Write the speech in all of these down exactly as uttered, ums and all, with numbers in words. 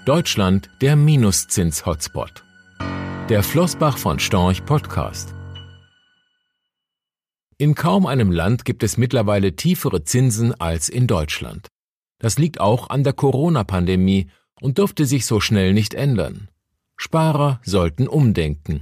Deutschland der Minuszins-Hotspot. Der Flossbach von Storch Podcast. In kaum einem Land gibt es mittlerweile tiefere Zinsen als in Deutschland. Das liegt auch an der Corona-Pandemie und dürfte sich so schnell nicht ändern. Sparer sollten umdenken.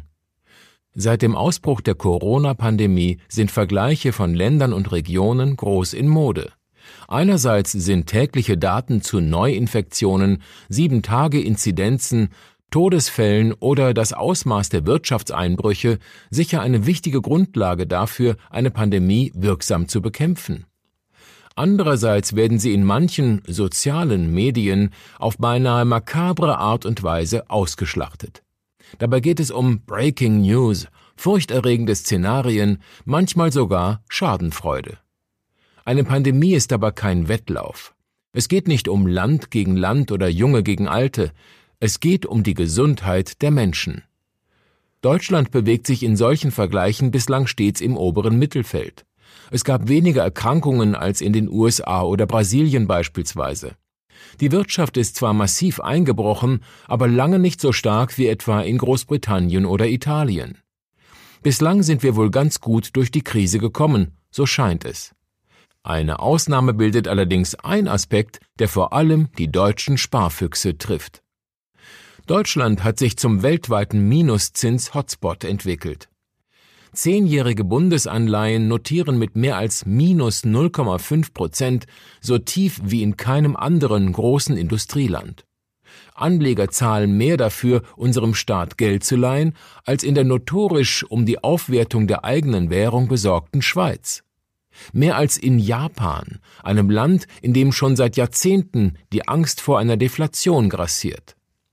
Seit dem Ausbruch der Corona-Pandemie sind Vergleiche von Ländern und Regionen groß in Mode. Einerseits sind tägliche Daten zu Neuinfektionen, Sieben-Tage-Inzidenzen, Todesfällen oder das Ausmaß der Wirtschaftseinbrüche sicher eine wichtige Grundlage dafür, eine Pandemie wirksam zu bekämpfen. Andererseits werden sie in manchen sozialen Medien auf beinahe makabre Art und Weise ausgeschlachtet. Dabei geht es um Breaking News, furchterregende Szenarien, manchmal sogar Schadenfreude. Eine Pandemie ist aber kein Wettlauf. Es geht nicht um Land gegen Land oder Junge gegen Alte. Es geht um die Gesundheit der Menschen. Deutschland bewegt sich in solchen Vergleichen bislang stets im oberen Mittelfeld. Es gab weniger Erkrankungen als in den U S A oder Brasilien beispielsweise. Die Wirtschaft ist zwar massiv eingebrochen, aber lange nicht so stark wie etwa in Großbritannien oder Italien. Bislang sind wir wohl ganz gut durch die Krise gekommen, so scheint es. Eine Ausnahme bildet allerdings ein Aspekt, der vor allem die deutschen Sparfüchse trifft. Deutschland hat sich zum weltweiten Minuszins-Hotspot entwickelt. Zehnjährige Bundesanleihen notieren mit mehr als minus null Komma fünf Prozent so tief wie in keinem anderen großen Industrieland. Anleger zahlen mehr dafür, unserem Staat Geld zu leihen, als in der notorisch um die Aufwertung der eigenen Währung besorgten Schweiz. Mehr als in Japan, einem Land, in dem schon seit Jahrzehnten die Angst vor einer Deflation grassiert.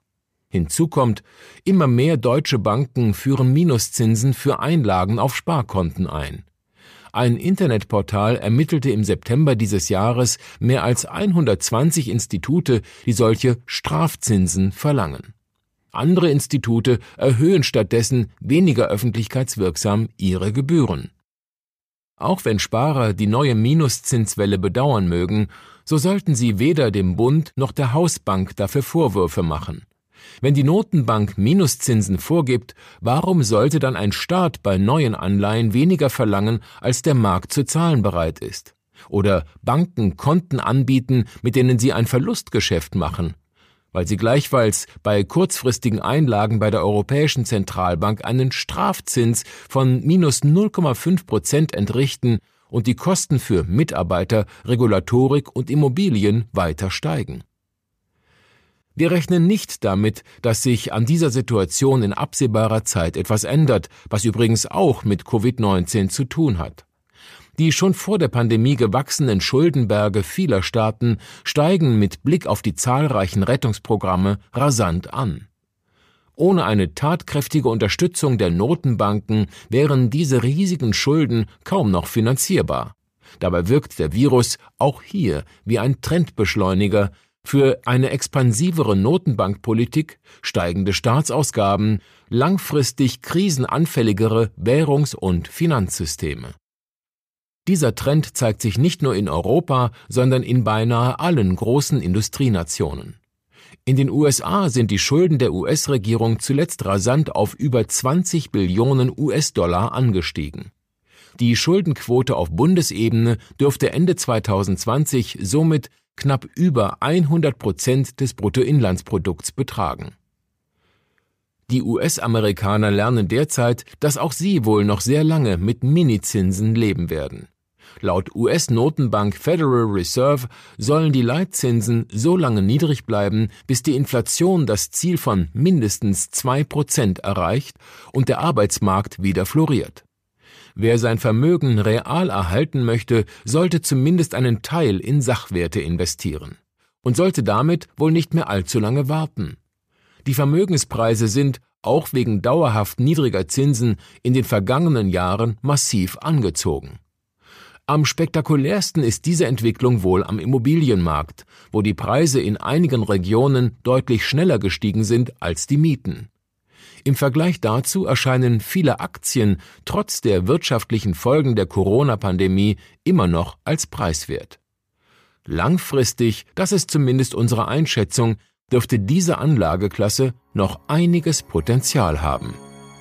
Hinzu kommt, immer mehr deutsche Banken führen Minuszinsen für Einlagen auf Sparkonten ein. Ein Internetportal ermittelte im September dieses Jahres mehr als hundertzwanzig Institute, die solche Strafzinsen verlangen. Andere Institute erhöhen stattdessen weniger öffentlichkeitswirksam ihre Gebühren. Auch wenn Sparer die neue Minuszinswelle bedauern mögen, so sollten sie weder dem Bund noch der Hausbank dafür Vorwürfe machen. Wenn die Notenbank Minuszinsen vorgibt, warum sollte dann ein Staat bei neuen Anleihen weniger verlangen, als der Markt zu zahlen bereit ist? Oder Banken Konten anbieten, mit denen sie ein Verlustgeschäft machen, weil sie gleichfalls bei kurzfristigen Einlagen bei der Europäischen Zentralbank einen Strafzins von minus null Komma fünf Prozent entrichten und die Kosten für Mitarbeiter, Regulatorik und Immobilien weiter steigen. Wir rechnen nicht damit, dass sich an dieser Situation in absehbarer Zeit etwas ändert, was übrigens auch mit Covid neunzehn zu tun hat. Die schon vor der Pandemie gewachsenen Schuldenberge vieler Staaten steigen mit Blick auf die zahlreichen Rettungsprogramme rasant an. Ohne eine tatkräftige Unterstützung der Notenbanken wären diese riesigen Schulden kaum noch finanzierbar. Dabei wirkt der Virus auch hier wie ein Trendbeschleuniger für eine expansivere Notenbankpolitik, steigende Staatsausgaben, langfristig krisenanfälligere Währungs- und Finanzsysteme. Dieser Trend zeigt sich nicht nur in Europa, sondern in beinahe allen großen Industrienationen. In den U S A sind die Schulden der U S-Regierung zuletzt rasant auf über zwanzig Billionen U S-Dollar angestiegen. Die Schuldenquote auf Bundesebene dürfte Ende zweitausendzwanzig somit knapp über hundert Prozent des Bruttoinlandsprodukts betragen. Die U S-Amerikaner lernen derzeit, dass auch sie wohl noch sehr lange mit Minizinsen leben werden. Laut U S-Notenbank Federal Reserve sollen die Leitzinsen so lange niedrig bleiben, bis die Inflation das Ziel von mindestens zwei Prozent erreicht und der Arbeitsmarkt wieder floriert. Wer sein Vermögen real erhalten möchte, sollte zumindest einen Teil in Sachwerte investieren und sollte damit wohl nicht mehr allzu lange warten. Die Vermögenspreise sind, auch wegen dauerhaft niedriger Zinsen, in den vergangenen Jahren massiv angezogen. Am spektakulärsten ist diese Entwicklung wohl am Immobilienmarkt, wo die Preise in einigen Regionen deutlich schneller gestiegen sind als die Mieten. Im Vergleich dazu erscheinen viele Aktien trotz der wirtschaftlichen Folgen der Corona-Pandemie immer noch als preiswert. Langfristig, das ist zumindest unsere Einschätzung, dürfte diese Anlageklasse noch einiges Potenzial haben.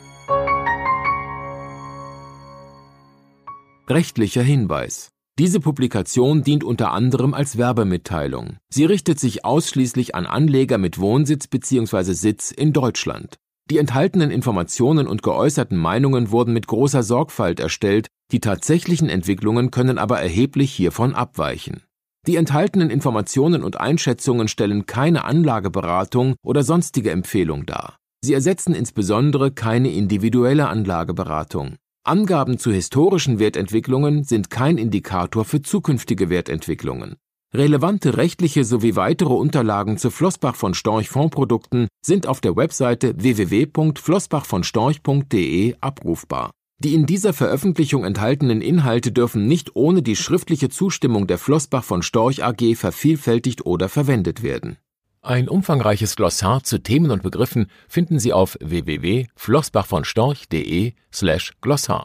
Rechtlicher Hinweis: Diese Publikation dient unter anderem als Werbemitteilung. Sie richtet sich ausschließlich an Anleger mit Wohnsitz bzw. Sitz in Deutschland. Die enthaltenen Informationen und geäußerten Meinungen wurden mit großer Sorgfalt erstellt, die tatsächlichen Entwicklungen können aber erheblich hiervon abweichen. Die enthaltenen Informationen und Einschätzungen stellen keine Anlageberatung oder sonstige Empfehlung dar. Sie ersetzen insbesondere keine individuelle Anlageberatung. Angaben zu historischen Wertentwicklungen sind kein Indikator für zukünftige Wertentwicklungen. Relevante rechtliche sowie weitere Unterlagen zu Flossbach von Storch Fondsprodukten sind auf der Webseite w w w punkt flossbach von storch punkt d e abrufbar. Die in dieser Veröffentlichung enthaltenen Inhalte dürfen nicht ohne die schriftliche Zustimmung der Flossbach von Storch A G vervielfältigt oder verwendet werden. Ein umfangreiches Glossar zu Themen und Begriffen finden Sie auf w w w punkt flossbach von storch punkt d e slash Glossar.